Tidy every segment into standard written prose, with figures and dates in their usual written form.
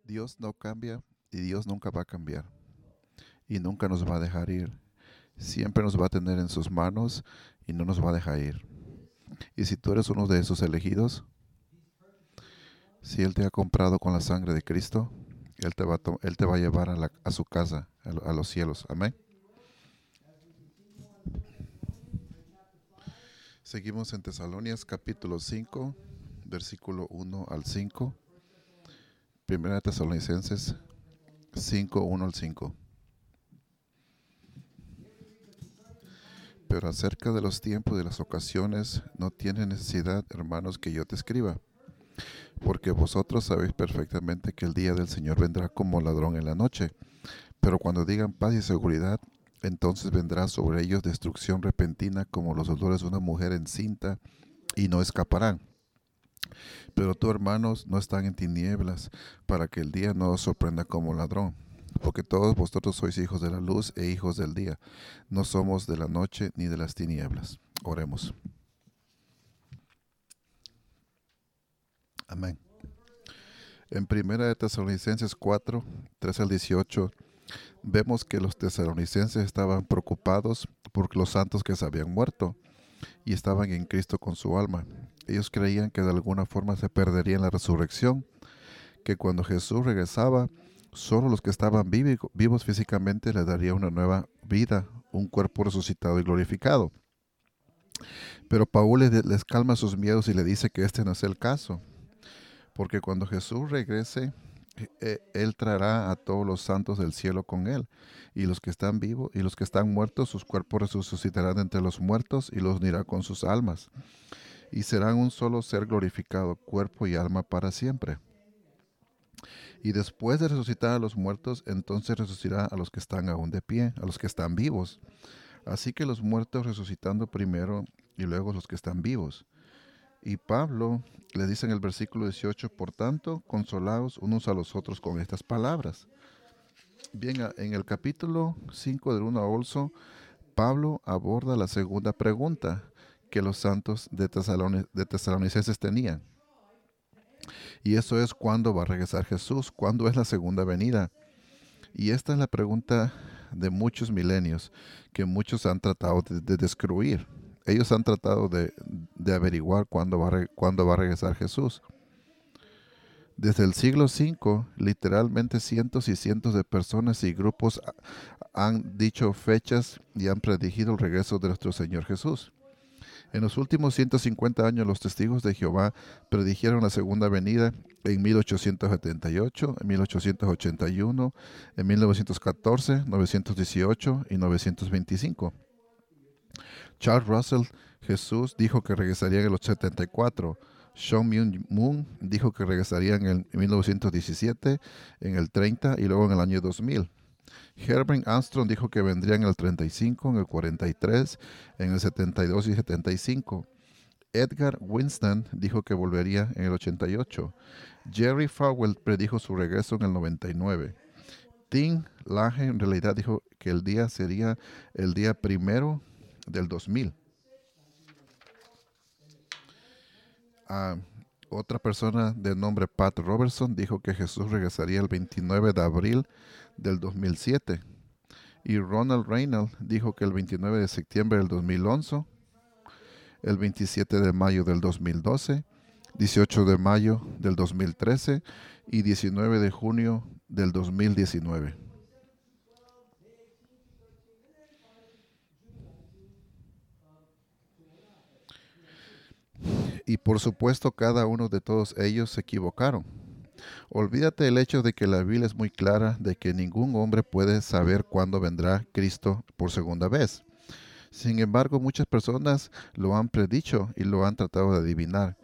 Dios no cambia y Dios nunca va a cambiar y nunca nos va a dejar ir. Siempre nos va a tener en sus manos y no nos va a dejar ir. Y si tú eres uno de esos elegidos, si Él te ha comprado con la sangre de Cristo, Él te va a llevar a su casa, a los cielos. Amén. Seguimos en Tesalonias capítulo 5, versículo 1 al 5. Primera Tesalonicenses 5, 1 al 5. Pero acerca de los tiempos y de las ocasiones, no tiene necesidad, hermanos, que yo te escriba, porque vosotros sabéis perfectamente que el día del Señor vendrá como ladrón en la noche. Pero cuando digan paz y seguridad, entonces vendrá sobre ellos destrucción repentina como los dolores de una mujer encinta, y no escaparán. Pero tú, hermanos, no están en tinieblas, para que el día no os sorprenda como ladrón. Porque todos vosotros sois hijos de la luz e hijos del día. No somos de la noche ni de las tinieblas. Oremos. Amén. En primera de Tesalonicenses 4, 3 al 18, vemos que los tesalonicenses estaban preocupados por los santos que se habían muerto y estaban en Cristo con su alma. Ellos creían que de alguna forma se perdería en la resurrección, que cuando Jesús regresaba, solo los que estaban vivos físicamente le daría una nueva vida, un cuerpo resucitado y glorificado. Pero Paul les calma sus miedos y le dice que este no es el caso, porque cuando Jesús regrese, Él traerá a todos los santos del cielo con Él, y los que están vivos y los que están muertos, sus cuerpos resucitarán entre los muertos y los unirá con sus almas, y serán un solo ser glorificado, cuerpo y alma para siempre. Y después de resucitar a los muertos, entonces resucitará a los que están aún de pie, a los que están vivos. Así que los muertos resucitando primero y luego los que están vivos. Y Pablo le dice en el versículo 18, por tanto, consolaos unos a los otros con estas palabras. Bien, en el capítulo 5 del 1 a 11, Pablo aborda la segunda pregunta que los santos de Tesalonicenses tenían. Y eso es cuándo va a regresar Jesús, cuándo es la segunda venida. Y esta es la pregunta de muchos milenios que muchos han tratado de destruir. Ellos han tratado de averiguar cuándo va a regresar Jesús. Desde el siglo V, literalmente cientos y cientos de personas y grupos han dicho fechas y han predigido el regreso de nuestro Señor Jesús. En los últimos 150 años, los testigos de Jehová predijeron la segunda venida en 1878, en 1881, en 1914, 918 y 925. Charles Russell Jesús dijo que regresaría en el 74. Sean Moon dijo que regresaría en el 1917, en el 30 y luego en el año 2000. Herbert Armstrong dijo que vendría en el 35, en el 43, en el 72 y 75. Edgar Winston dijo que volvería en el 88. Jerry Falwell predijo su regreso en el 99. Tim Lange en realidad dijo que el día sería el día primero del 2000. Ah, otra persona de nombre Pat Robertson dijo que Jesús regresaría el 29 de abril del 2007. Y Ronald Reynolds dijo que el 29 de septiembre del 2011, el 27 de mayo del 2012, 18 de mayo del 2013 y 19 de junio del 2019. Y por supuesto cada uno de todos ellos se equivocaron. Olvídate del hecho de que la Biblia es muy clara de que ningún hombre puede saber cuándo vendrá Cristo por segunda vez. Sin embargo, muchas personas lo han predicho y lo han tratado de adivinar.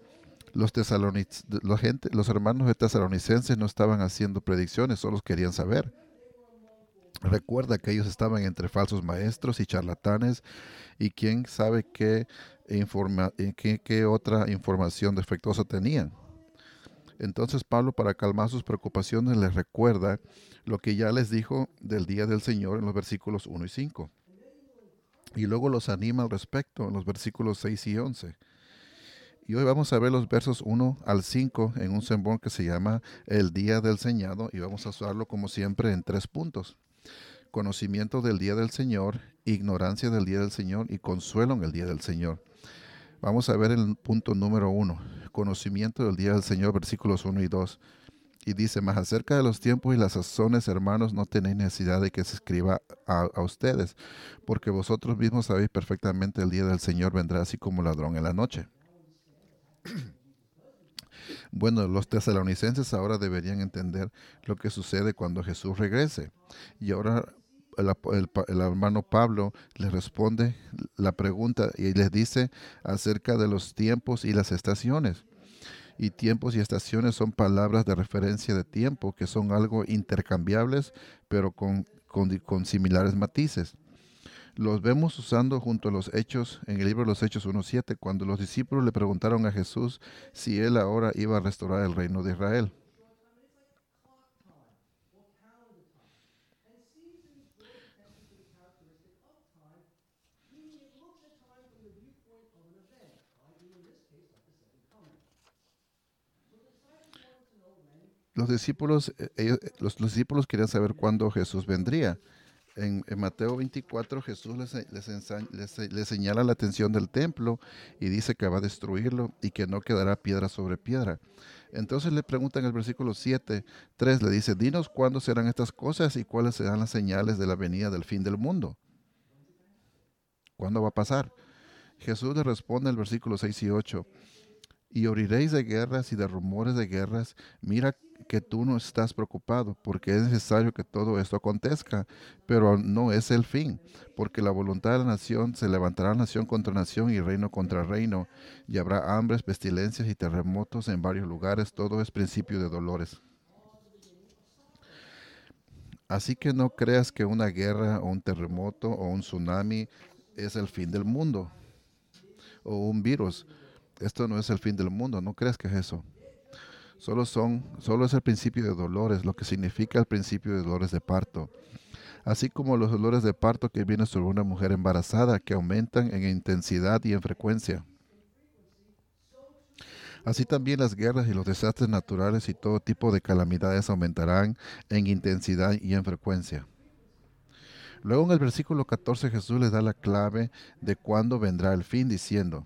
Los hermanos de tesalonicenses no estaban haciendo predicciones, solo querían saber. Recuerda que ellos estaban entre falsos maestros y charlatanes y quién sabe qué otra información defectuosa tenían. Entonces Pablo, para calmar sus preocupaciones, les recuerda lo que ya les dijo del día del Señor en los versículos 1 y 5. Y luego los anima al respecto en los versículos 6 y 11. Y hoy vamos a ver los versos 1 al 5 en un sermón que se llama El Día del Señor, y vamos a usarlo como siempre en 3 puntos. Conocimiento del Día del Señor, ignorancia del Día del Señor y consuelo en el Día del Señor. Vamos a ver el punto número 1, conocimiento del Día del Señor, versículos 1 y 2. Y dice, más acerca de los tiempos y las sazones, hermanos, no tenéis necesidad de que se escriba a ustedes, porque vosotros mismos sabéis perfectamente el día del Señor vendrá así como ladrón en la noche. Bueno, los tesalonicenses ahora deberían entender lo que sucede cuando Jesús regrese. Y ahora el hermano Pablo les responde la pregunta y les dice acerca de los tiempos y las estaciones. Y tiempos y estaciones son palabras de referencia de tiempo que son algo intercambiables, pero con similares matices. Los vemos usando junto a los Hechos, en el libro de los Hechos 1:7, cuando los discípulos le preguntaron a Jesús si él ahora iba a restaurar el reino de Israel. Los discípulos querían saber cuándo Jesús vendría. En Mateo 24 Jesús les señala la atención del templo y dice que va a destruirlo y que no quedará piedra sobre piedra. Entonces le pregunta en el versículo 7:3, le dice, dinos cuándo serán estas cosas y cuáles serán las señales de la venida del fin del mundo. ¿Cuándo va a pasar? Jesús le responde en el versículo 6 y 8, y oiréis de guerras y de rumores de guerras. Mira que tú no estás preocupado, porque es necesario que todo esto acontezca, pero no es el fin, porque la voluntad de la nación se levantará nación contra nación y reino contra reino, y habrá hambres, pestilencias y terremotos en varios lugares. Todo es principio de dolores. Así que no creas que una guerra o un terremoto o un tsunami es el fin del mundo, o un virus. Esto no es el fin del mundo, no creas que es eso. Solo es el principio de dolores, lo que significa el principio de dolores de parto. Así como los dolores de parto que vienen sobre una mujer embarazada, que aumentan en intensidad y en frecuencia. Así también las guerras y los desastres naturales y todo tipo de calamidades aumentarán en intensidad y en frecuencia. Luego en el versículo 14 Jesús les da la clave de cuándo vendrá el fin, diciendo,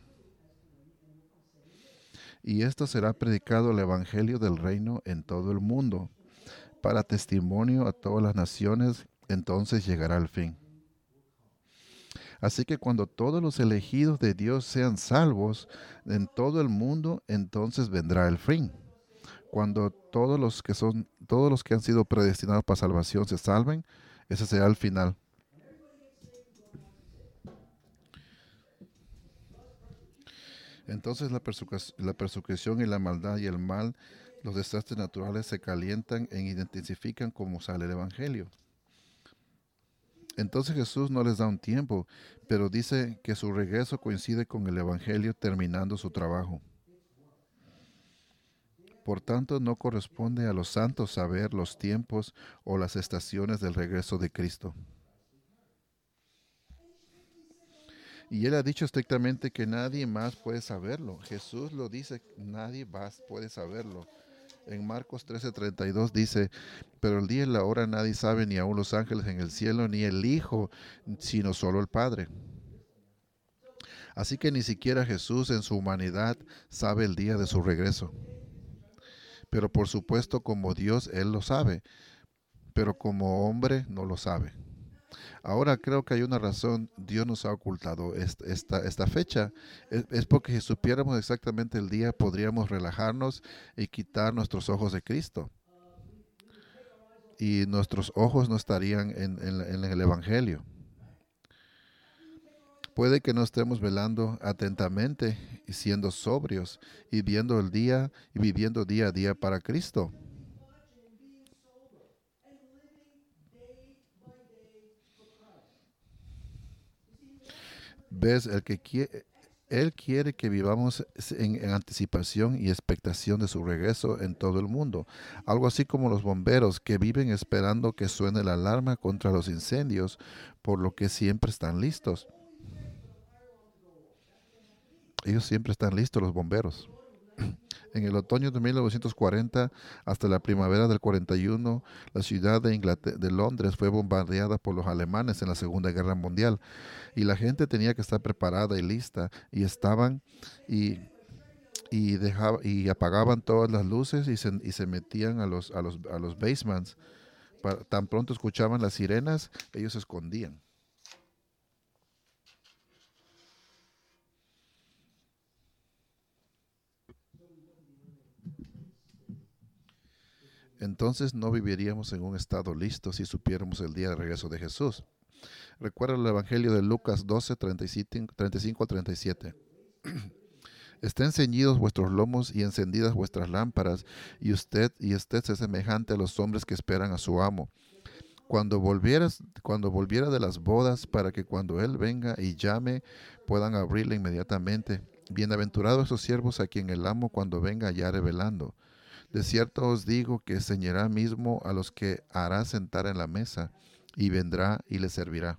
y esto será predicado el Evangelio del reino en todo el mundo, para testimonio a todas las naciones, entonces llegará el fin. Así que cuando todos los elegidos de Dios sean salvos en todo el mundo, entonces vendrá el fin. Cuando todos los que han sido predestinados para salvación se salven, ese será el final. Entonces la persecución y la maldad y el mal, los desastres naturales se calientan e intensifican como sale el Evangelio. Entonces Jesús no les da un tiempo, pero dice que su regreso coincide con el Evangelio terminando su trabajo. Por tanto, no corresponde a los santos saber los tiempos o las estaciones del regreso de Cristo. Y él ha dicho estrictamente que nadie más puede saberlo. Jesús lo dice, nadie más puede saberlo. En Marcos 13:32 dice, pero el día y la hora nadie sabe, ni aun los ángeles en el cielo, ni el Hijo, sino solo el Padre. Así que ni siquiera Jesús en su humanidad sabe el día de su regreso. Pero por supuesto como Dios Él lo sabe, pero como hombre no lo sabe. Ahora creo que hay una razón. Dios nos ha ocultado esta fecha. Es porque si supiéramos exactamente el día, podríamos relajarnos y quitar nuestros ojos de Cristo. Y nuestros ojos no estarían en el Evangelio. Puede que no estemos velando atentamente y siendo sobrios y viendo el día y viviendo día a día para Cristo. ¿Ves? Él quiere que vivamos en anticipación y expectación de su regreso en todo el mundo. Algo así como los bomberos que viven esperando que suene la alarma contra los incendios, por lo que siempre están listos. Ellos siempre están listos, los bomberos. En el otoño de 1940 hasta la primavera del 41, la ciudad de Londres fue bombardeada por los alemanes en la Segunda Guerra Mundial y la gente tenía que estar preparada y lista y estaban y, y apagaban todas las luces y se metían a los basements. Tan pronto escuchaban las sirenas, ellos se escondían. Entonces no viviríamos en un estado listo si supiéramos el día de regreso de Jesús. Recuerda el Evangelio de Lucas 12, 35 al 37. Estén ceñidos vuestros lomos y encendidas vuestras lámparas, y usted sea semejante a los hombres que esperan a su amo. Cuando volviera de las bodas, para que cuando él venga y llame, puedan abrirle inmediatamente. Bienaventurados esos siervos a quien el amo cuando venga hallare velando. De cierto os digo que ceñirá mismo a los que hará sentar en la mesa, y vendrá y les servirá.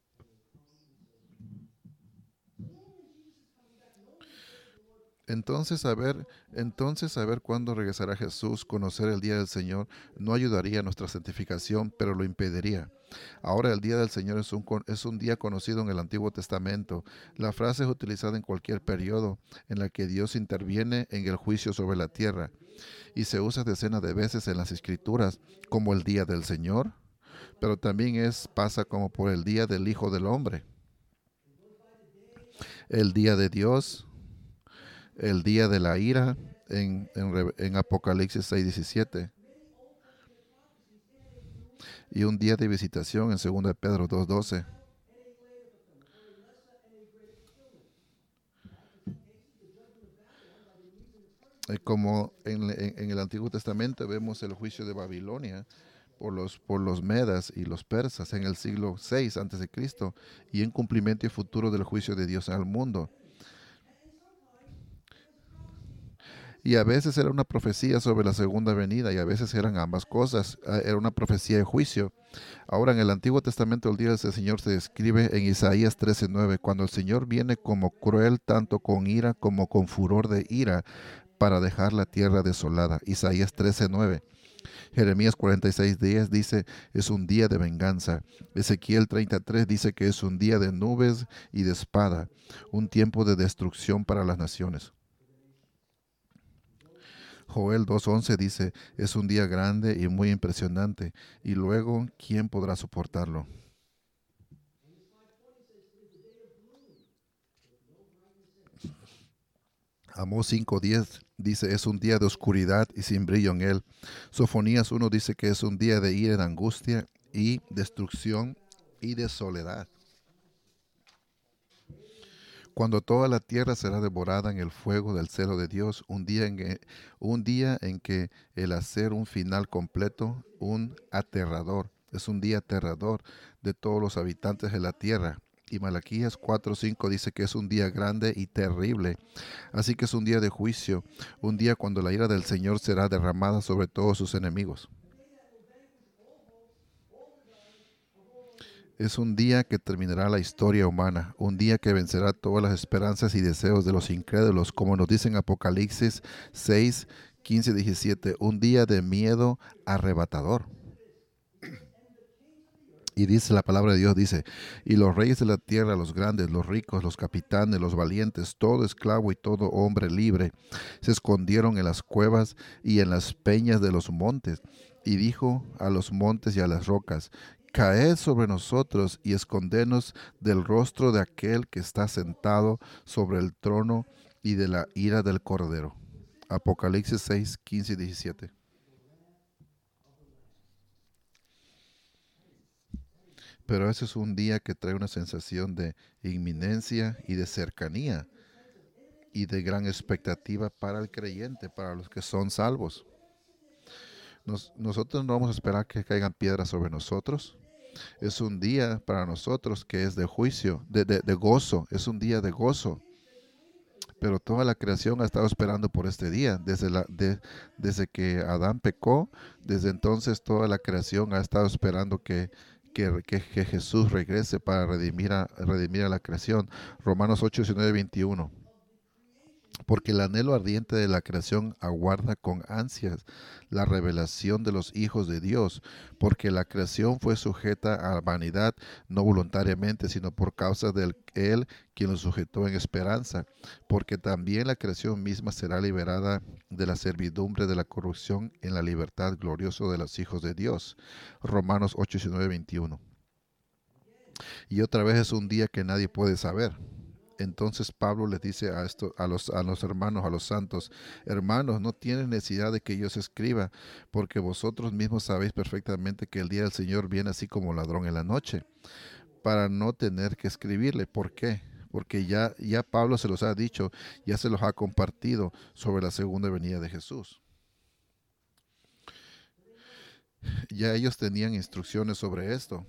Entonces saber cuándo regresará Jesús, conocer el día del Señor, no ayudaría a nuestra santificación, pero lo impediría. Ahora el día del Señor es un día conocido en el Antiguo Testamento. La frase es utilizada en cualquier periodo en la que Dios interviene en el juicio sobre la tierra y se usa decenas de veces en las Escrituras como el día del Señor, pero también pasa como por el día del Hijo del Hombre, el día de Dios, el día de la ira en Apocalipsis 6:17 y un día de visitación en 2 Pedro 2:12. Como en el Antiguo Testamento vemos el juicio de Babilonia por los medas y los persas en el siglo VI antes de Cristo y en cumplimiento y futuro del juicio de Dios al mundo. Y a veces era una profecía sobre la segunda venida y a veces eran ambas cosas. Era una profecía de juicio. Ahora en el Antiguo Testamento el día del Señor se describe en Isaías 13:9, cuando el Señor viene como cruel tanto con ira como con furor de ira para dejar la tierra desolada. Isaías 13:9. Jeremías 46:10 dice, es un día de venganza. Ezequiel 33 dice que es un día de nubes y de espada, un tiempo de destrucción para las naciones. Joel 2:11 dice, es un día grande y muy impresionante, y luego, ¿quién podrá soportarlo? Amós 5:10 dice, es un día de oscuridad y sin brillo en él. Sofonías 1 dice que es un día de ira, de angustia y destrucción y de soledad. Cuando toda la tierra será devorada en el fuego del celo de Dios, un día en que el hacer un final completo, es un día aterrador de todos los habitantes de la tierra. Y Malaquías 4:5 dice que es un día grande y terrible. Así que es un día de juicio, un día cuando la ira del Señor será derramada sobre todos sus enemigos. Es un día que terminará la historia humana, un día que vencerá todas las esperanzas y deseos de los incrédulos, como nos dice en Apocalipsis 6, 15, 17, un día de miedo arrebatador. Y dice la palabra de Dios, dice, y los reyes de la tierra, los grandes, los ricos, los capitanes, los valientes, todo esclavo y todo hombre libre, se escondieron en las cuevas y en las peñas de los montes. Y dijo a los montes y a las rocas, caed sobre nosotros y escondenos del rostro de aquel que está sentado sobre el trono y de la ira del Cordero. Apocalipsis 6, 15 y 17. Pero ese es un día que trae una sensación de inminencia y de cercanía y de gran expectativa para el creyente, para los que son salvos. Nosotros no vamos a esperar que caigan piedras sobre nosotros. Es un día para nosotros que es de juicio, de gozo, es un día de gozo. Pero toda la creación ha estado esperando por este día. Desde que Adán pecó, desde entonces toda la creación ha estado esperando que Jesús regrese para redimir a la creación. Romanos 8, 19, 21. Porque el anhelo ardiente de la creación aguarda con ansias la revelación de los hijos de Dios, porque la creación fue sujeta a vanidad, no voluntariamente, sino por causa de Él quien lo sujetó en esperanza, porque también la creación misma será liberada de la servidumbre de la corrupción en la libertad gloriosa de los hijos de Dios. Romanos 8, 19, 21. Y otra vez es un día que nadie puede saber. Entonces Pablo les dice a los hermanos, a los santos: hermanos, no tienen necesidad de que yo os escriba, porque vosotros mismos sabéis perfectamente que el día del Señor viene así como ladrón en la noche, para no tener que escribirle. ¿Por qué? Porque ya Pablo se los ha dicho, ya se los ha compartido sobre la segunda venida de Jesús. Ya ellos tenían instrucciones sobre esto.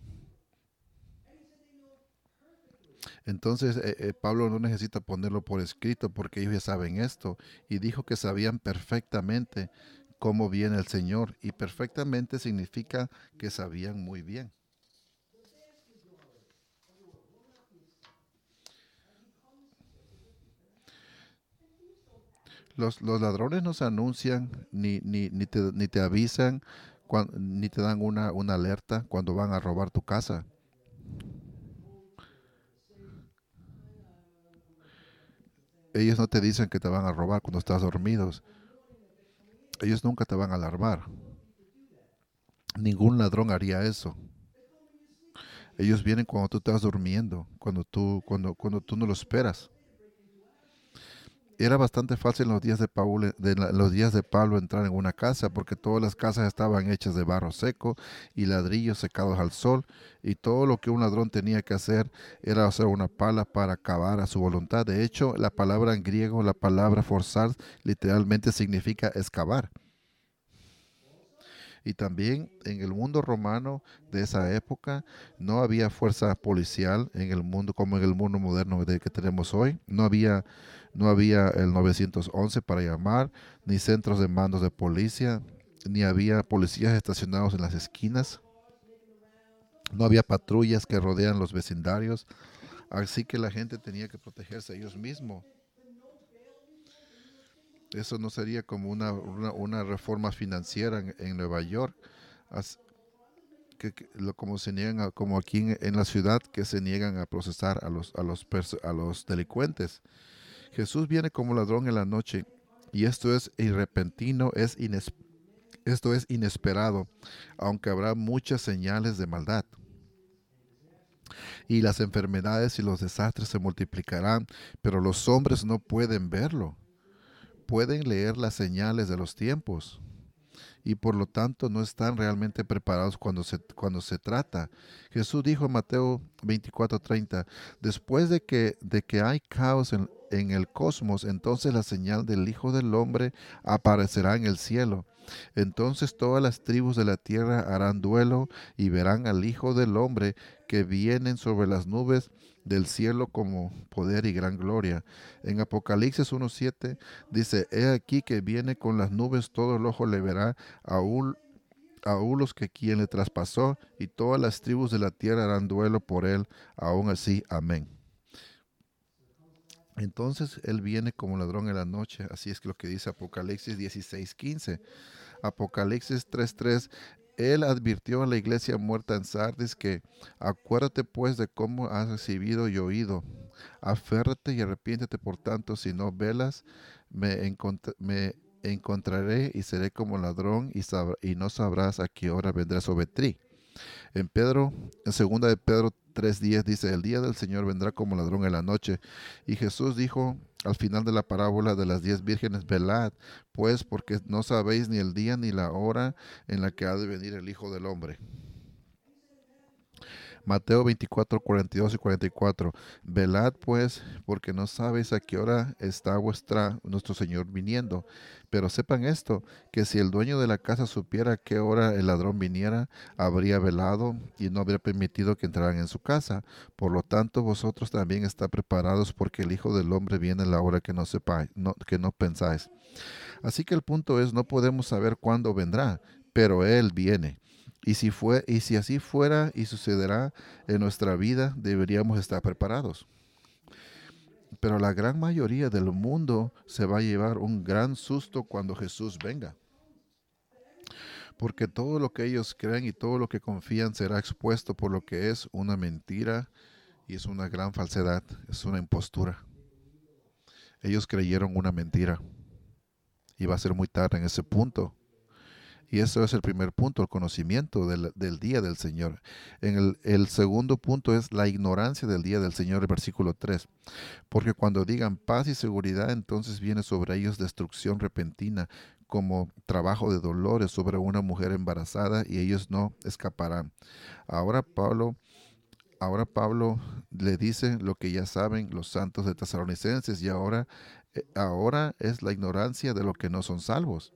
Entonces Pablo no necesita ponerlo por escrito porque ellos ya saben esto. Y dijo que sabían perfectamente cómo viene el Señor. Y perfectamente significa que sabían muy bien. Los ladrones no se anuncian ni te avisan, ni te dan una alerta cuando van a robar tu casa. Ellos no te dicen que te van a robar cuando estás dormidos. Ellos nunca te van a alarmar. Ningún ladrón haría eso. Ellos vienen cuando tú estás durmiendo, cuando tú no lo esperas. Era bastante fácil en los días los días de Pablo entrar en una casa, porque todas las casas estaban hechas de barro seco y ladrillos secados al sol, y todo lo que un ladrón tenía que hacer era hacer una pala para cavar a su voluntad. De hecho, la palabra en griego, la palabra forzar, literalmente significa excavar. Y también en el mundo romano de esa época no había fuerza policial en el mundo como en el mundo moderno que tenemos hoy. No había el 911 para llamar, ni centros de mandos de policía, ni había policías estacionados en las esquinas. No había patrullas que rodean los vecindarios. Así que la gente tenía que protegerse a ellos mismos. Eso no sería como una reforma financiera en Nueva York, as- como se niegan como aquí en la ciudad, que se niegan a procesar a los delincuentes. Jesús viene como ladrón en la noche, y esto es irrepentino, esto es inesperado, aunque habrá muchas señales de maldad. Y las enfermedades y los desastres se multiplicarán, pero los hombres no pueden verlo. Pueden leer las señales de los tiempos, y por lo tanto no están realmente preparados cuando se trata. Jesús dijo en Mateo 24:30: después de que hay caos en el cosmos, entonces la señal del Hijo del Hombre aparecerá en el cielo. Entonces todas las tribus de la tierra harán duelo y verán al Hijo del Hombre que viene sobre las nubes del cielo como poder y gran gloria. En Apocalipsis 1:7 dice: he aquí que viene con las nubes, todo el ojo le verá, aún los que quien le traspasó, y todas las tribus de la tierra harán duelo por él. Aún así, amén. Entonces él viene como ladrón en la noche. Así es lo que dice Apocalipsis 16:15. Apocalipsis 3:3. Él advirtió a la iglesia muerta en Sardis que: acuérdate pues de cómo has recibido y oído. Aférrate y arrepiéntete, por tanto, si no velas, me encontraré y seré como ladrón, y no sabrás a qué hora vendrá sobre ti. En segunda de Pedro 3:10 dice: el día del Señor vendrá como ladrón en la noche. Y Jesús dijo al final de la parábola de las 10 vírgenes: velad, pues, porque no sabéis ni el día ni la hora en la que ha de venir el Hijo del Hombre. Mateo 24, 42 y 44. Velad pues, porque no sabéis a qué hora está nuestro Señor viniendo. Pero sepan esto, que si el dueño de la casa supiera a qué hora el ladrón viniera, habría velado y no habría permitido que entraran en su casa. Por lo tanto, vosotros también está preparados, porque el Hijo del Hombre viene en la hora que no sepáis, que no pensáis. Así que el punto es: no podemos saber cuándo vendrá, pero Él viene. Y si así fuera y sucederá en nuestra vida, deberíamos estar preparados. Pero la gran mayoría del mundo se va a llevar un gran susto cuando Jesús venga. Porque todo lo que ellos creen y todo lo que confían será expuesto por lo que es una mentira y es una gran falsedad, es una impostura. Ellos creyeron una mentira y va a ser muy tarde en ese punto. Y eso es el primer punto, el conocimiento del día del Señor. El segundo punto es la ignorancia del día del Señor, el versículo 3. Porque cuando digan paz y seguridad, entonces viene sobre ellos destrucción repentina, como trabajo de dolores sobre una mujer embarazada, y ellos no escaparán. Ahora Pablo, ahora Pablo le dice lo que ya saben los santos de Tesalonicenses, y ahora es la ignorancia de los que no son salvos.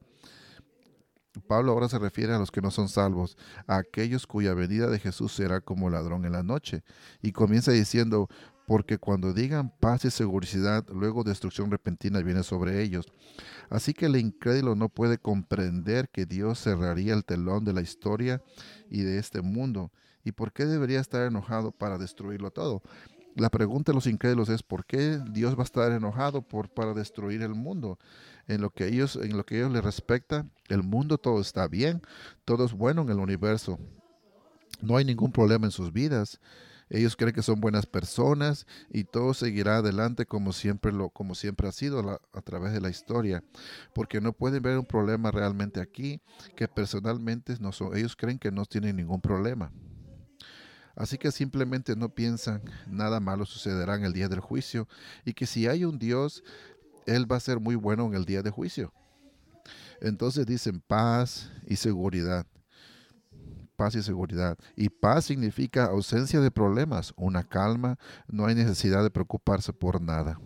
Pablo ahora se refiere a los que no son salvos, a aquellos cuya venida de Jesús será como ladrón en la noche. Y comienza diciendo, porque cuando digan paz y seguridad, luego destrucción repentina viene sobre ellos. Así que el incrédulo no puede comprender que Dios cerraría el telón de la historia y de este mundo. ¿Y por qué debería estar enojado para destruirlo todo? La pregunta de los incrédulos es ¿por qué Dios va a estar enojado para destruir el mundo? En lo que ellos les respecta, el mundo todo está bien, todo es bueno en el universo. No hay ningún problema en sus vidas. Ellos creen que son buenas personas y todo seguirá adelante como siempre ha sido a través de la historia, porque no pueden ver un problema realmente aquí que personalmente no son. Ellos creen que no tienen ningún problema. Así que simplemente no piensan nada malo sucederá en el día del juicio y que si hay un Dios, Él va a ser muy bueno en el día de juicio. Entonces dicen paz y seguridad. Paz y seguridad. Y paz significa ausencia de problemas, una calma, no hay necesidad de preocuparse por nada.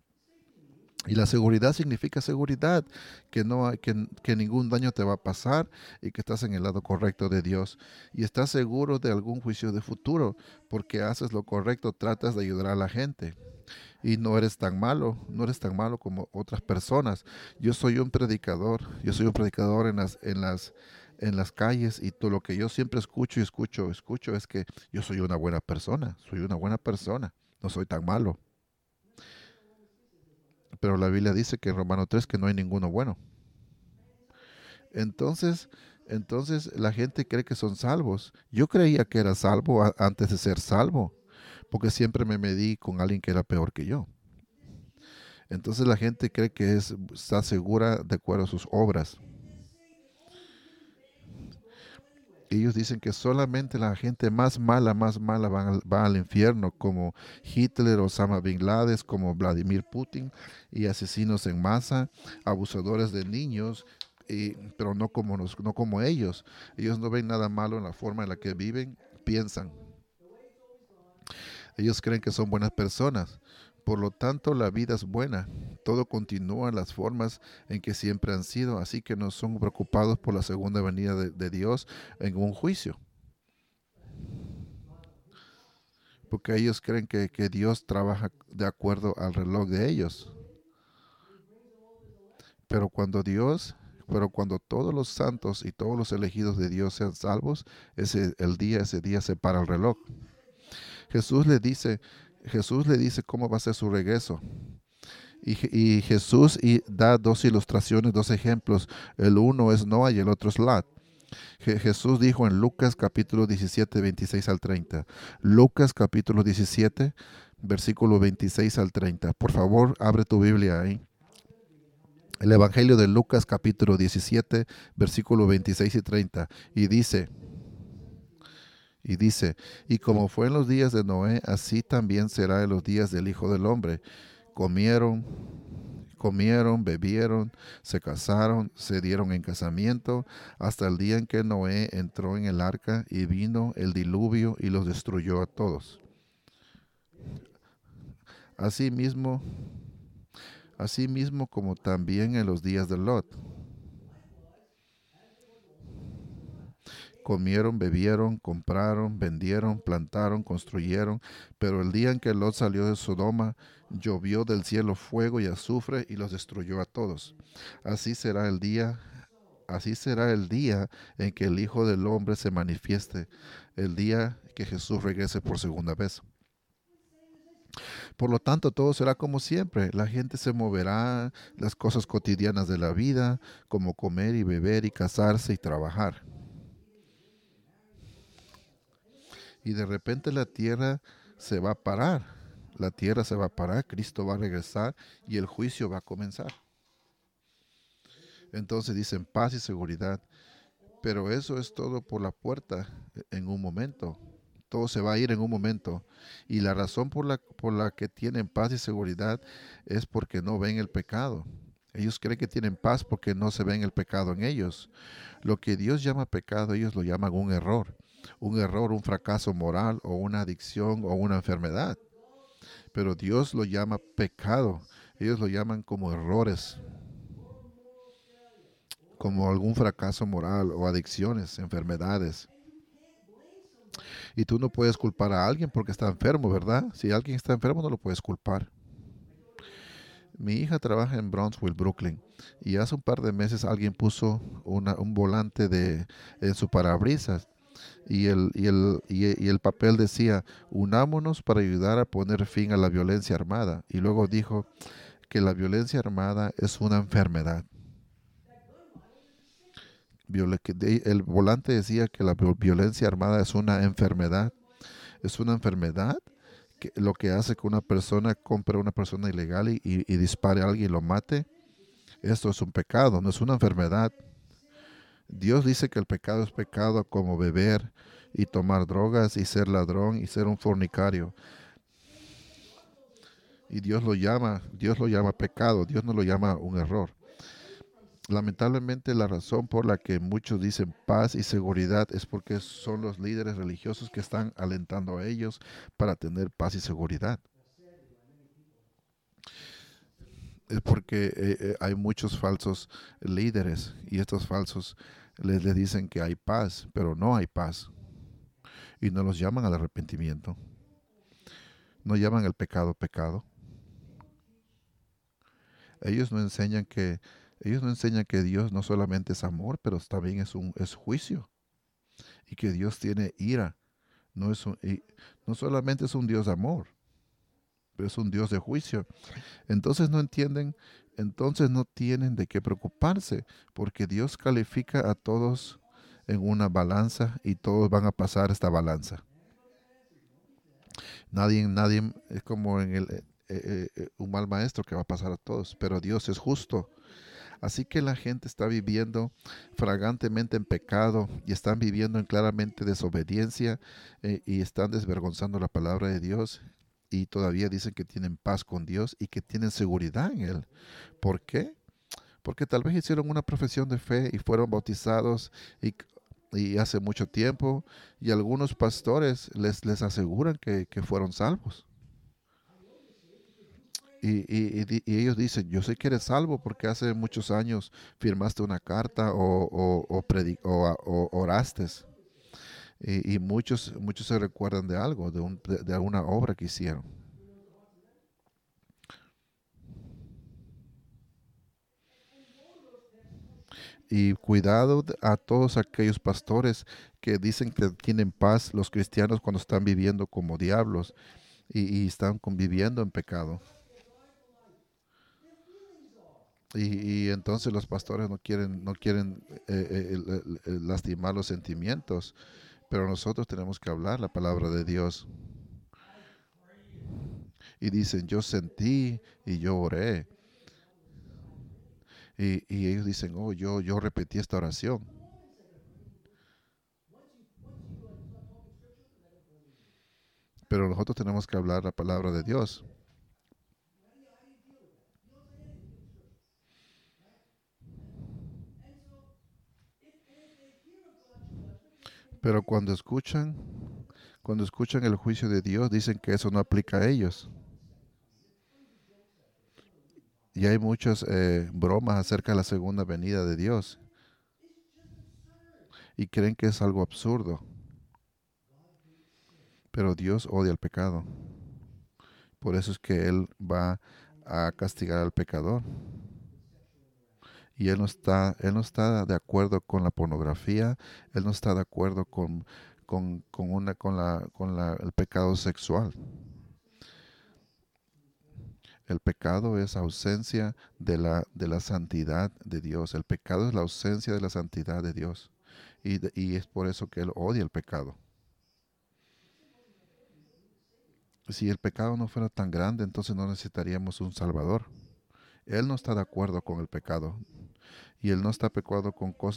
Y la seguridad significa seguridad, que ningún daño te va a pasar y que estás en el lado correcto de Dios. Y estás seguro de algún juicio de futuro, porque haces lo correcto, tratas de ayudar a la gente. Y no eres tan malo, no eres tan malo como otras personas. Yo soy un predicador en las calles y todo lo que yo siempre escucho es que yo soy una buena persona, no soy tan malo. Pero la Biblia dice que en Romano 3 que no hay ninguno bueno. Entonces, entonces la gente cree que son salvos. Yo creía que era salvo antes de ser salvo, porque siempre me medí con alguien que era peor que yo. Entonces la gente cree que está segura de acuerdo a sus obras. Ellos dicen que solamente la gente más mala va al infierno, como Hitler, Osama Bin Laden, como Vladimir Putin, y asesinos en masa, abusadores de niños, pero no como ellos. Ellos no ven nada malo en la forma en la que viven, piensan. Ellos creen que son buenas personas. Por lo tanto, la vida es buena. Todo continúa en las formas en que siempre han sido, así que no son preocupados por la segunda venida de Dios en un juicio. Porque ellos creen que Dios trabaja de acuerdo al reloj de ellos. Pero cuando Dios, pero cuando todos los santos y todos los elegidos de Dios sean salvos, ese día se para el reloj. Jesús le dice, Jesús le dice cómo va a ser su regreso. Y Jesús da dos ilustraciones, dos ejemplos. El uno es Noah y el otro es Lot. Jesús dijo en Lucas capítulo 17, 26 al 30. Lucas capítulo 17, versículo 26 al 30. Por favor, abre tu Biblia ahí. El Evangelio de Lucas capítulo 17, versículo 26 y 30. Y dice, y como fue en los días de Noé, así también será en los días del Hijo del Hombre. Comieron, bebieron, se casaron, se dieron en casamiento, hasta el día en que Noé entró en el arca y vino el diluvio y los destruyó a todos. Asimismo, asimismo como también en los días de Lot. Comieron, bebieron, compraron, vendieron, plantaron, construyeron, pero el día en que Lot salió de Sodoma, llovió del cielo fuego y azufre y los destruyó a todos. Así será el día, así será el día en que el Hijo del Hombre se manifieste, el día que Jesús regrese por segunda vez. Por lo tanto, todo será como siempre. La gente se moverá, las cosas cotidianas de la vida, como comer y beber y casarse y trabajar. Y de repente la tierra se va a parar. La tierra se va a parar, Cristo va a regresar y el juicio va a comenzar. Entonces dicen paz y seguridad. Pero eso es todo por la puerta en un momento. Todo se va a ir en un momento. Y la razón por la que tienen paz y seguridad es porque no ven el pecado. Ellos creen que tienen paz porque no se ven el pecado en ellos. Lo que Dios llama pecado, ellos lo llaman un error. Un error, un fracaso moral o una adicción o una enfermedad. Pero Dios lo llama pecado. Ellos lo llaman como errores, como algún fracaso moral o adicciones, enfermedades. Y tú no puedes culpar a alguien porque está enfermo, ¿verdad? Si alguien está enfermo, no lo puedes culpar. Mi hija trabaja en Brownsville, Brooklyn, y hace un par de meses alguien puso un volante en su parabrisas y el papel decía, unámonos para ayudar a poner fin a la violencia armada. Y luego dijo que la violencia armada es una enfermedad. El volante decía que la violencia armada es una enfermedad. Es una enfermedad que lo que hace que una persona compre a una persona ilegal y dispare a alguien y lo mate. Esto es un pecado, no es una enfermedad. Dios dice que el pecado es pecado como beber y tomar drogas y ser ladrón y ser un fornicario. Y Dios lo llama pecado, Dios no lo llama un error. Lamentablemente la razón por la que muchos dicen paz y seguridad es porque son los líderes religiosos que están alentando a ellos para tener paz y seguridad. Es porque hay muchos falsos líderes y estos falsos les dicen que hay paz, pero no hay paz. Y no los llaman al arrepentimiento. No llaman el pecado pecado. Ellos no enseñan que, ellos no enseñan que Dios no solamente es amor, pero también es juicio. Y que Dios tiene ira. No solamente es un Dios de amor, pero es un Dios de juicio. Entonces no entienden, entonces no tienen de qué preocuparse, porque Dios califica a todos en una balanza y todos van a pasar esta balanza. Nadie es como en un mal maestro que va a pasar a todos, pero Dios es justo. Así que la gente está viviendo fragantemente en pecado y están viviendo en claramente desobediencia y están desvergonzando la palabra de Dios y todavía dicen que tienen paz con Dios y que tienen seguridad en Él. ¿Por qué? Porque tal vez hicieron una profesión de fe y fueron bautizados y, y hace mucho tiempo y algunos pastores les aseguran que fueron salvos. Y ellos dicen, yo sé que eres salvo porque hace muchos años firmaste una carta o oraste. Y muchos se recuerdan de algo, de alguna obra que hicieron. Y cuidado a todos aquellos pastores que dicen que tienen paz los cristianos cuando están viviendo como diablos y están conviviendo en pecado. Y entonces los pastores no quieren lastimar los sentimientos, pero nosotros tenemos que hablar la palabra de Dios. Y dicen, yo sentí y yo oré. Y ellos dicen, oh, yo repetí esta oración. Pero nosotros tenemos que hablar la palabra de Dios. Pero cuando escuchan el juicio de Dios, dicen que eso no aplica a ellos. Y hay muchas bromas acerca de la segunda venida de Dios. Y creen que es algo absurdo. Pero Dios odia el pecado. Por eso es que Él va a castigar al pecador. Y Él no está de acuerdo con la pornografía. Él no está de acuerdo con el pecado sexual. El pecado es ausencia de la santidad de Dios. El pecado es la ausencia de la santidad de Dios. Y es por eso que Él odia el pecado. Si el pecado no fuera tan grande, entonces no necesitaríamos un Salvador. Él no está de acuerdo con el pecado. Y Él no está de acuerdo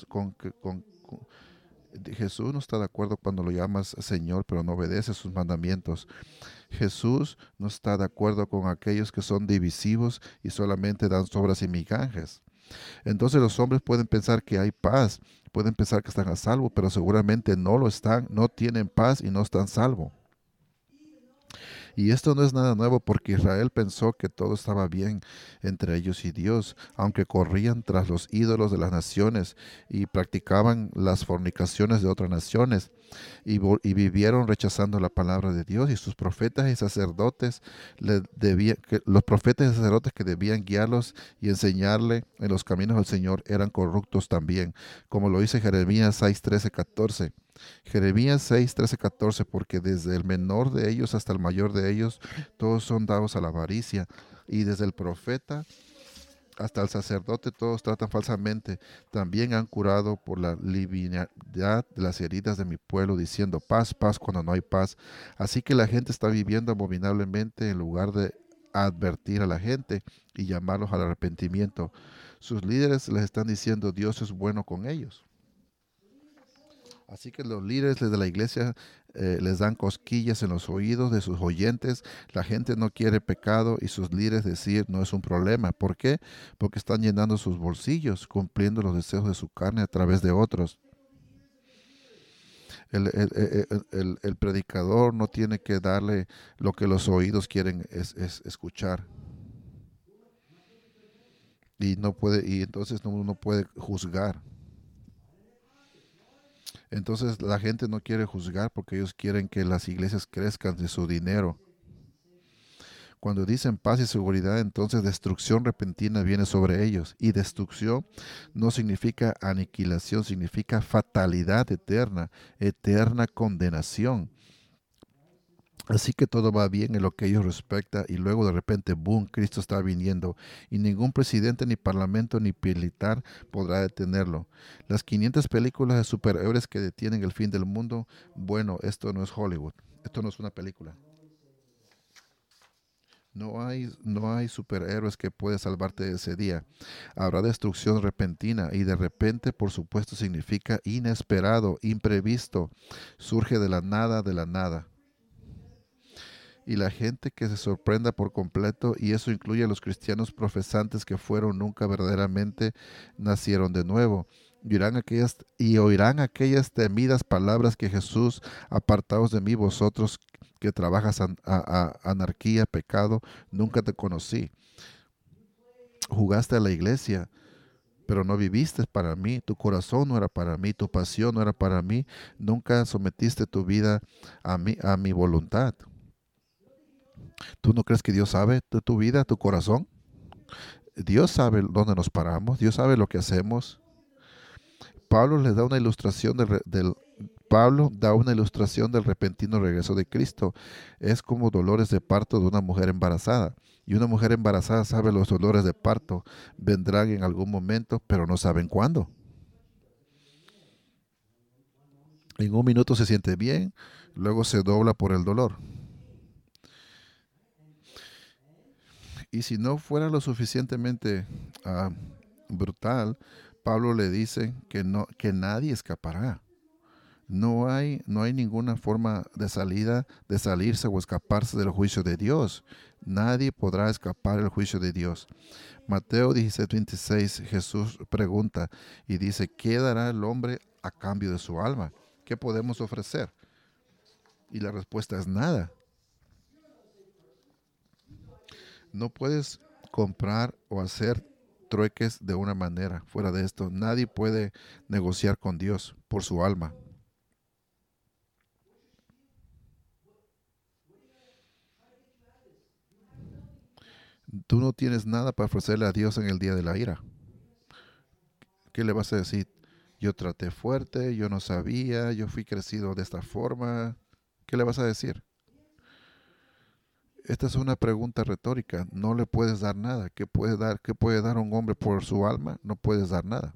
Jesús no está de acuerdo cuando lo llamas Señor, pero no obedece sus mandamientos. Jesús no está de acuerdo con aquellos que son divisivos y solamente dan sobras y migajas. Entonces los hombres pueden pensar que hay paz, pueden pensar que están a salvo, pero seguramente no lo están, no tienen paz y no están salvos. Y esto no es nada nuevo porque Israel pensó que todo estaba bien entre ellos y Dios, aunque corrían tras los ídolos de las naciones y practicaban las fornicaciones de otras naciones y vivieron rechazando la palabra de Dios y sus profetas y sacerdotes los profetas y sacerdotes que debían guiarlos y enseñarle en los caminos del Señor eran corruptos también, como lo dice Jeremías 6, 13, 14. Jeremías 6, 13, 14, porque desde el menor de ellos hasta el mayor de ellos, todos son dados a la avaricia, y desde el profeta hasta el sacerdote todos tratan falsamente. También han curado por la liviandad de las heridas de mi pueblo, diciendo paz, paz cuando no hay paz. Así que la gente está viviendo abominablemente en lugar de advertir a la gente y llamarlos al arrepentimiento. Sus líderes les están diciendo Dios es bueno con ellos. Así que los líderes de la iglesia les dan cosquillas en los oídos de sus oyentes. La gente no quiere pecado y sus líderes decir no es un problema. ¿Por qué? Porque están llenando sus bolsillos, cumpliendo los deseos de su carne a través de otros. El predicador no tiene que darle lo que los oídos quieren es escuchar. Y entonces no puede juzgar. Entonces la gente no quiere juzgar porque ellos quieren que las iglesias crezcan de su dinero. Cuando dicen paz y seguridad, entonces destrucción repentina viene sobre ellos. Y destrucción no significa aniquilación, significa fatalidad eterna, eterna condenación. Así que todo va bien en lo que ellos respecta y luego de repente, boom, Cristo está viniendo y ningún presidente, ni parlamento, ni militar podrá detenerlo. Las 500 películas de superhéroes que detienen el fin del mundo, bueno, esto no es Hollywood, esto no es una película. No hay superhéroes que pueda salvarte de ese día. Habrá destrucción repentina y de repente, por supuesto, significa inesperado, imprevisto. Surge de la nada, de la nada. Y la gente que se sorprenda por completo, y eso incluye a los cristianos profesantes que fueron nunca verdaderamente nacieron de nuevo. Y oirán aquellas temidas palabras que Jesús, apartaos de mí vosotros que trabajas anarquía, pecado, nunca te conocí. Jugaste a la iglesia, pero no viviste para mí, tu corazón no era para mí, tu pasión no era para mí, nunca sometiste tu vida a mi voluntad. ¿Tú no crees que Dios sabe de tu vida, tu corazón? Dios sabe dónde nos paramos, Dios sabe lo que hacemos. Pablo les da una ilustración Pablo da una ilustración del repentino regreso de Cristo. Es como dolores de parto de una mujer embarazada. Y una mujer embarazada sabe los dolores de parto. Vendrán en algún momento, pero no saben cuándo. En un minuto se siente bien, luego se dobla por el dolor. Y si no fuera lo suficientemente ah, brutal, Pablo le dice que nadie escapará. No hay ninguna forma de salida, de salirse o escaparse del juicio de Dios. Nadie podrá escapar del juicio de Dios. Mateo 16:26, Jesús pregunta y dice, ¿qué dará el hombre a cambio de su alma? ¿Qué podemos ofrecer? Y la respuesta es nada. No puedes comprar o hacer trueques de una manera. Fuera de esto, nadie puede negociar con Dios por su alma. Tú no tienes nada para ofrecerle a Dios en el día de la ira. ¿Qué le vas a decir? Yo traté fuerte, yo no sabía, yo fui crecido de esta forma. ¿Qué le vas a decir? Esta es una pregunta retórica. No le puedes dar nada. Qué puede dar un hombre por su alma? No puedes dar nada.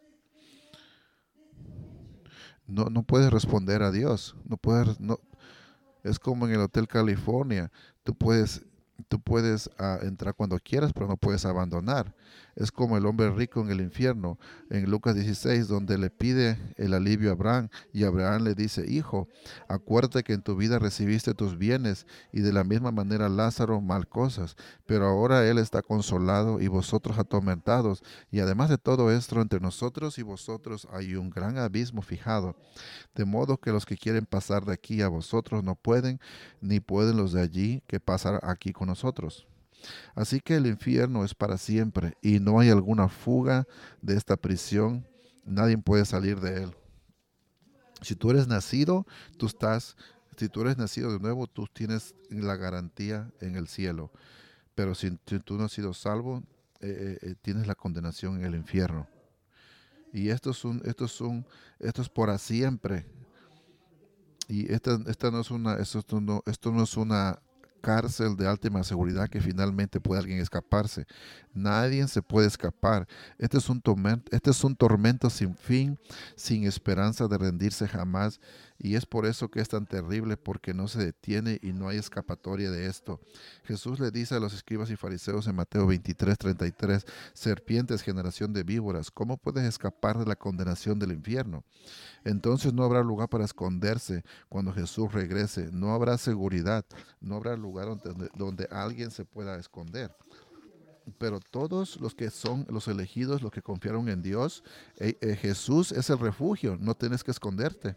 No, no puedes responder a Dios. No puedes, no, es como en el Hotel California. Tú puedes, tú puedes entrar cuando quieras, pero no puedes abandonar. Es como el hombre rico en el infierno, en Lucas 16, donde le pide el alivio a Abraham y Abraham le dice, hijo, acuérdate que en tu vida recibiste tus bienes y de la misma manera Lázaro mal cosas, pero ahora él está consolado y vosotros atormentados. Y además de todo esto, entre nosotros y vosotros hay un gran abismo fijado, de modo que los que quieren pasar de aquí a vosotros no pueden, ni pueden los de allí que pasar aquí con nosotros. Así que el infierno es para siempre y no hay alguna fuga de esta prisión. Nadie puede salir de él. Si tú eres nacido, tú estás, si tú eres nacido de nuevo, tú tienes la garantía en el cielo. Pero si tú no has sido salvo, tienes la condenación en el infierno. Y esto es para siempre. Y esta no es esto no es una cárcel de última seguridad que finalmente puede alguien escaparse. Nadie se puede escapar. Este es un tormento sin fin, sin esperanza de rendirse jamás. Y es por eso que es tan terrible, porque no se detiene y no hay escapatoria de esto. Jesús le dice a los escribas y fariseos en Mateo 23:33, serpientes, generación de víboras, ¿cómo puedes escapar de la condenación del infierno? Entonces no habrá lugar para esconderse cuando Jesús regrese. No habrá seguridad. No habrá lugar donde alguien se pueda esconder. Pero todos los que son los elegidos, los que confiaron en Dios, Jesús es el refugio. No tienes que esconderte.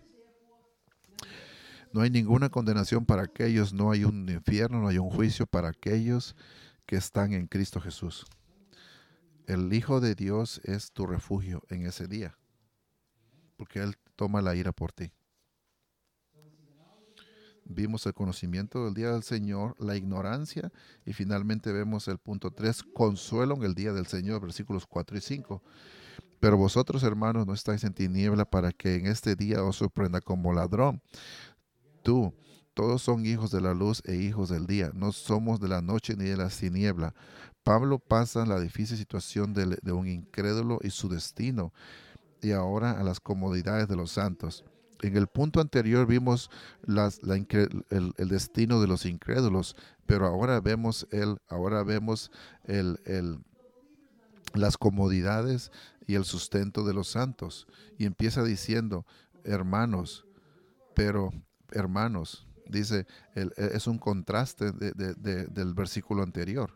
No hay ninguna condenación para aquellos. No hay un infierno, no hay un juicio para aquellos que están en Cristo Jesús. El Hijo de Dios es tu refugio en ese día, porque Él toma la ira por ti. Vimos el conocimiento del día del Señor, la ignorancia, y finalmente vemos el punto 3, consuelo en el día del Señor, versículos 4 y 5. Pero vosotros, hermanos, no estáis en tiniebla para que en este día os sorprenda como ladrón. Tú, todos son hijos de la luz e hijos del día, no somos de la noche ni de las tinieblas. Pablo pasa la difícil situación de un incrédulo y su destino, y ahora a las comodidades de los santos. En el punto anterior vimos el destino de los incrédulos, pero ahora vemos las comodidades y el sustento de los santos. Y empieza diciendo, hermanos, pero hermanos, dice, es un contraste del versículo anterior.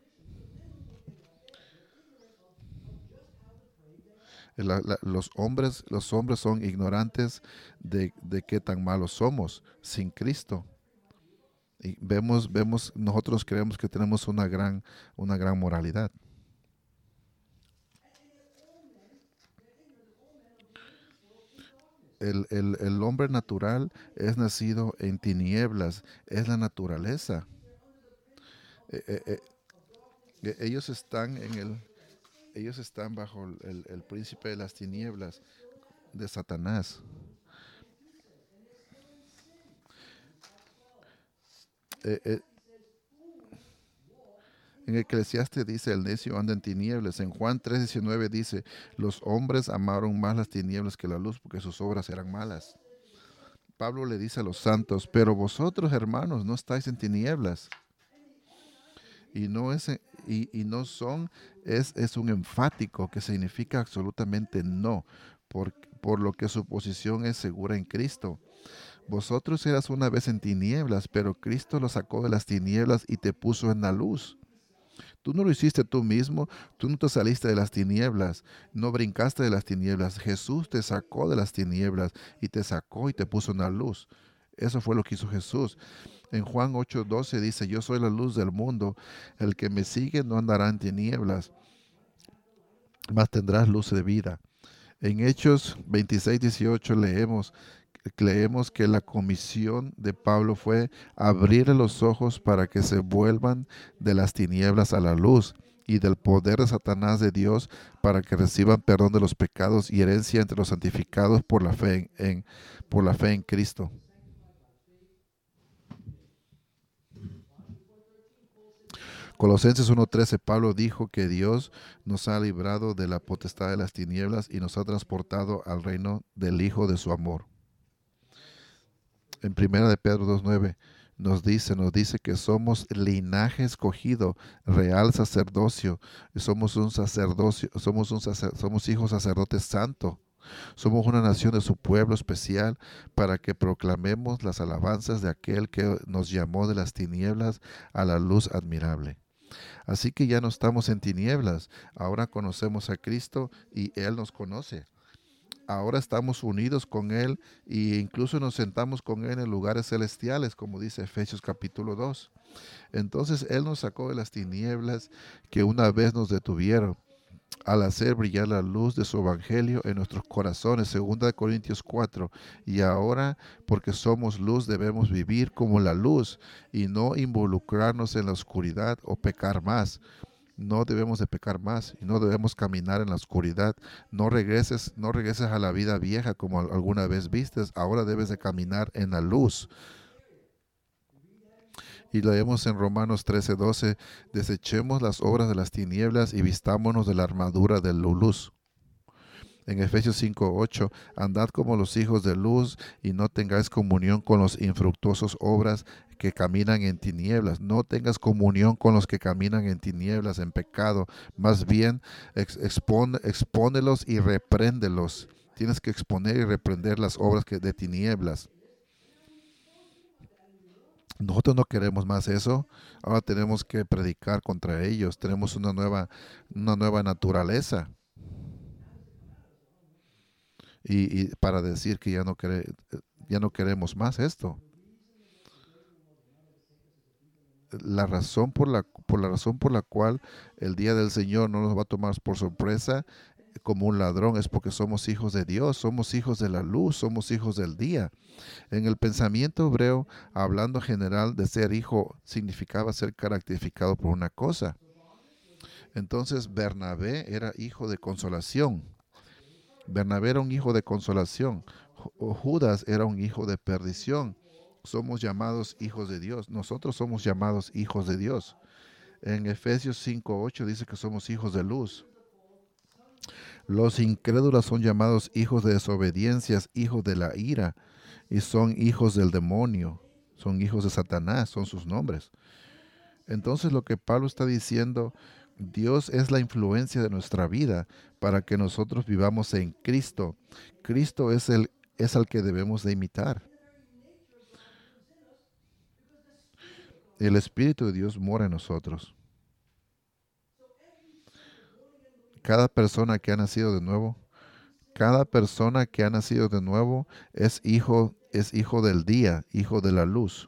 Los hombres son ignorantes de qué tan malos somos sin Cristo. Y nosotros creemos que tenemos una gran moralidad. El hombre natural es nacido en tinieblas, es la naturaleza. Eh, eh, eh, ellos están ellos están bajo el príncipe de las tinieblas de Satanás. Eh, eh, en Eclesiastes dice, el necio anda en tinieblas. En Juan 3:19 dice, los hombres amaron más las tinieblas que la luz porque sus obras eran malas. Pablo le dice a los santos, pero vosotros, hermanos, no estáis en tinieblas. Y no es, y no son, es un enfático que significa absolutamente no, por lo que su posición es segura en Cristo. Vosotros eras una vez en tinieblas, pero Cristo lo sacó de las tinieblas y te puso en la luz. Tú no lo hiciste tú mismo, tú no te saliste de las tinieblas, no brincaste de las tinieblas. Jesús te sacó de las tinieblas y te sacó y te puso en la luz. Eso fue lo que hizo Jesús. En Juan 8:12 dice, yo soy la luz del mundo, el que me sigue no andará en tinieblas, mas tendrás luz de vida. En Hechos 26:18 leemos que la comisión de Pablo fue abrir los ojos para que se vuelvan de las tinieblas a la luz y del poder de Satanás de Dios para que reciban perdón de los pecados y herencia entre los santificados por la fe por la fe en Cristo. Colosenses 1:13, Pablo dijo que Dios nos ha librado de la potestad de las tinieblas y nos ha transportado al reino del Hijo de su amor. En primera de Pedro 2:9 nos dice que somos linaje escogido, real sacerdocio, y somos un sacerdocio, somos hijos sacerdotes santos. Somos una nación de su pueblo especial para que proclamemos las alabanzas de aquel que nos llamó de las tinieblas a la luz admirable. Así que ya no estamos en tinieblas, ahora conocemos a Cristo y Él nos conoce. Ahora estamos unidos con Él e incluso nos sentamos con Él en lugares celestiales, como dice Efesios capítulo 2. Entonces Él nos sacó de las tinieblas que una vez nos detuvieron al hacer brillar la luz de su evangelio en nuestros corazones, 2 Corintios 4. Y ahora, porque somos luz, debemos vivir como la luz y no involucrarnos en la oscuridad o pecar más. No debemos de pecar más y no debemos caminar en la oscuridad. No regreses a la vida vieja como alguna vez vistes. Ahora debes de caminar en la luz. Y leemos en Romanos 13:12, desechemos las obras de las tinieblas y vistámonos de la armadura de la luz. En Efesios 5:8, andad como los hijos de luz y no tengáis comunión con los infructuosos obras que caminan en tinieblas. No tengas comunión con los que caminan en tinieblas, en pecado. Más bien, expónelos y repréndelos. Tienes que exponer y reprender las obras de tinieblas. Nosotros no queremos más eso. Ahora tenemos que predicar contra ellos. Tenemos una nueva naturaleza. Y para decir que ya no queremos más esto. La razón por la cual el día del Señor no nos va a tomar por sorpresa como un ladrón es porque somos hijos de Dios, somos hijos de la luz, somos hijos del día. En el pensamiento hebreo, hablando general de ser hijo, significaba ser caracterizado por una cosa. Entonces Bernabé era hijo de consolación. Bernabé era un hijo de consolación. Judas era un hijo de perdición. Somos llamados hijos de Dios. Nosotros somos llamados hijos de Dios. En Efesios 5:8 dice que somos hijos de luz. Los incrédulos son llamados hijos de desobediencias, hijos de la ira, y son hijos del demonio. Son hijos de Satanás, son sus nombres. Entonces lo que Pablo está diciendo, Dios es la influencia de nuestra vida para que nosotros vivamos en Cristo. Cristo es al que debemos de imitar. El Espíritu de Dios mora en nosotros. Cada persona que ha nacido de nuevo, cada persona que ha nacido de nuevo es hijo del día, hijo de la luz.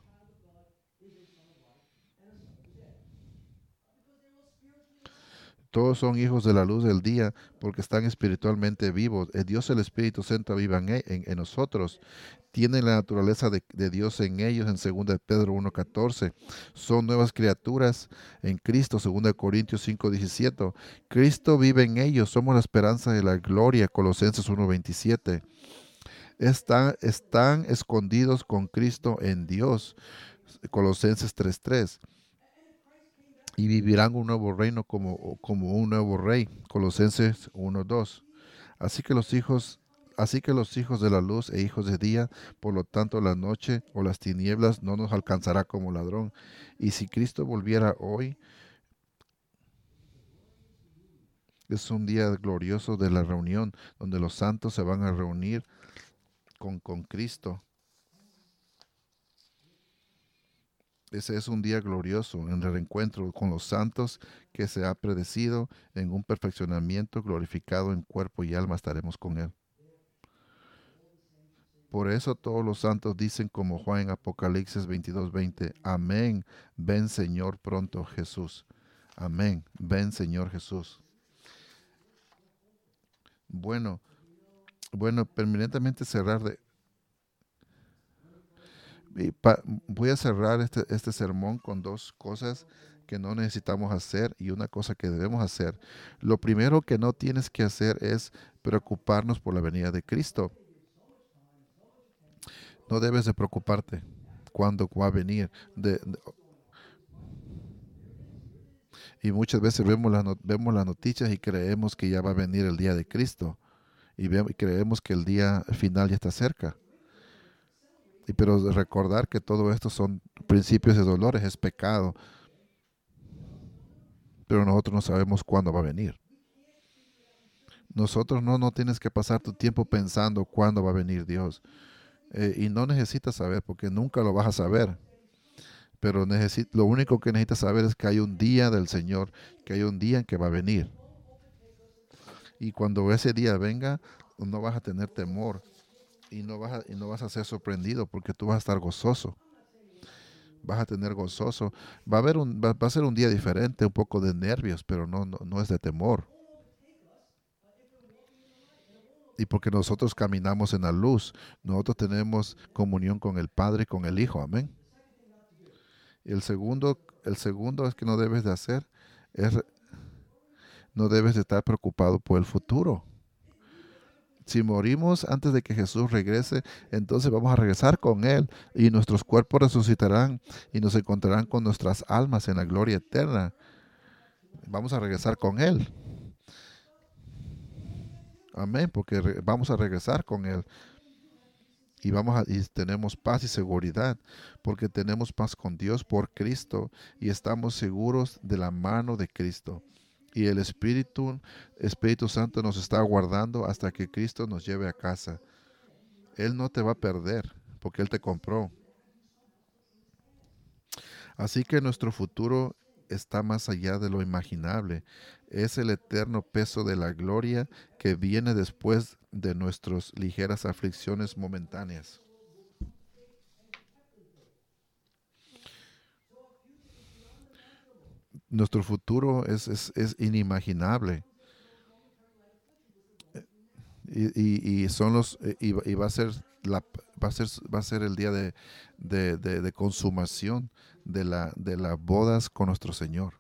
Todos son hijos de la luz del día porque están espiritualmente vivos. Dios, el Espíritu Santo, viva en nosotros. Tienen la naturaleza de Dios en ellos en 2 Pedro 1:14. Son nuevas criaturas en Cristo, 2 Corintios 5:17. Cristo vive en ellos. Somos la esperanza de la gloria, Colosenses 1:27. Están escondidos con Cristo en Dios, Colosenses 3:3. Y vivirán un nuevo reino como un nuevo rey, Colosenses 1:2. Así que los hijos de la luz e hijos de día, por lo tanto la noche o las tinieblas no nos alcanzará como ladrón. Y si Cristo volviera hoy, es un día glorioso de la reunión, donde los santos se van a reunir con Cristo. Ese es un día glorioso en el reencuentro con los santos que se ha predecido en un perfeccionamiento glorificado en cuerpo y alma estaremos con Él. Por eso todos los santos dicen como Juan en Apocalipsis 22:20, amén, ven Señor pronto Jesús. Amén, ven Señor Jesús. Bueno, permanentemente voy a cerrar este sermón con dos cosas que no necesitamos hacer y una cosa que debemos hacer. Lo primero que no tienes que hacer es preocuparnos por la venida de Cristo. No debes de preocuparte cuándo va a venir. Y muchas veces vemos las noticias y creemos que ya va a venir el día de Cristo. Y creemos que el día final ya está cerca. Pero recordar que todo esto son principios de dolores, es pecado. Pero nosotros no sabemos cuándo va a venir. Nosotros no tienes que pasar tu tiempo pensando cuándo va a venir Dios. Y no necesitas saber, porque nunca lo vas a saber. Pero lo único que necesitas saber es que hay un día del Señor, que hay un día en que va a venir. Y cuando ese día venga, no vas a tener temor y no vas a ser sorprendido, porque tú vas a estar gozoso. Vas a tener gozoso. Va a ser un día diferente, un poco de nervios, pero no es de temor. Y porque nosotros caminamos en la luz, nosotros tenemos comunión con el Padre y con el Hijo. Amén. Y el segundo es que no debes de hacer, es no debes de estar preocupado por el futuro. Si morimos antes de que Jesús regrese, entonces vamos a regresar con Él y nuestros cuerpos resucitarán y nos encontrarán con nuestras almas en la gloria eterna. Vamos a regresar con Él. Amén, porque vamos a regresar con Él. Y tenemos paz y seguridad, porque tenemos paz con Dios por Cristo y estamos seguros de la mano de Cristo. Y el Espíritu Santo nos está guardando hasta que Cristo nos lleve a casa. Él no te va a perder, porque Él te compró. Así que nuestro futuro está más allá de lo imaginable. Es el eterno peso de la gloria que viene después de nuestras ligeras aflicciones momentáneas. Nuestro futuro es inimaginable. Y va a ser el día de consumación de las bodas con nuestro Señor.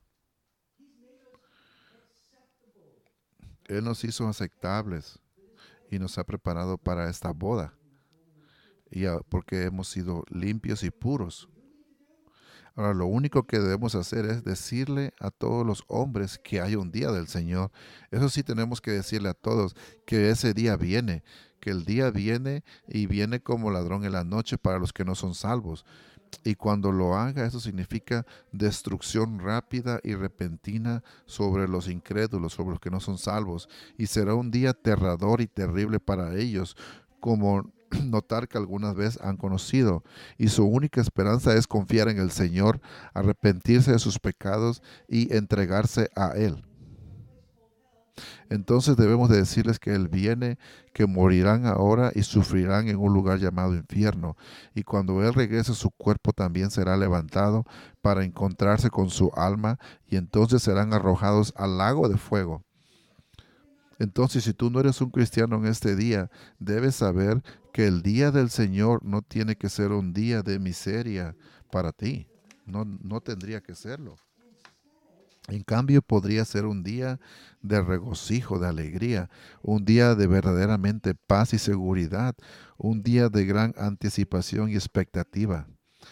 Él nos hizo aceptables y nos ha preparado para esta boda. Porque hemos sido limpios y puros. Ahora, lo único que debemos hacer es decirle a todos los hombres que hay un día del Señor. Eso sí tenemos que decirle a todos que ese día viene, que el día viene y viene como ladrón en la noche para los que no son salvos. Y cuando lo haga, eso significa destrucción rápida y repentina sobre los incrédulos, sobre los que no son salvos. Y será un día aterrador y terrible para ellos, como notar que algunas veces han conocido. Y su única esperanza es confiar en el Señor, arrepentirse de sus pecados y entregarse a Él. Entonces debemos de decirles que Él viene, que morirán ahora y sufrirán en un lugar llamado infierno. Y cuando Él regrese, su cuerpo también será levantado para encontrarse con su alma y entonces serán arrojados al lago de fuego. Entonces, si tú no eres un cristiano en este día, debes saber que el día del Señor no tiene que ser un día de miseria para ti. No tendría que serlo. En cambio, podría ser un día de regocijo, de alegría, un día de verdaderamente paz y seguridad, un día de gran anticipación y expectativa.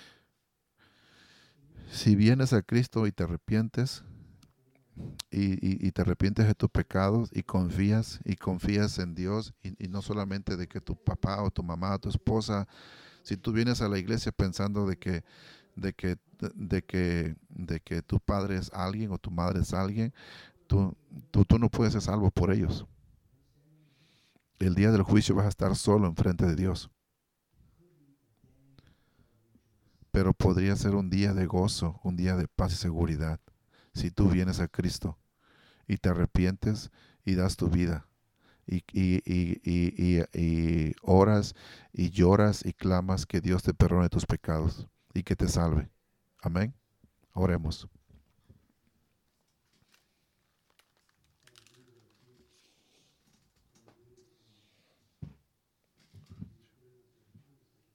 Si vienes a Cristo y te arrepientes, y te arrepientes de tus pecados y confías en Dios, y no solamente de que tu papá o tu mamá o tu esposa, si tú vienes a la iglesia pensando de que, de que tu padre es alguien o tu madre es alguien, tú no puedes ser salvo por ellos. El día del juicio vas a estar solo enfrente de Dios. Pero podría ser un día de gozo, un día de paz y seguridad, si tú vienes a Cristo y te arrepientes y das tu vida y oras y lloras y clamas que Dios te perdone tus pecados y que te salve. Amén. Oremos.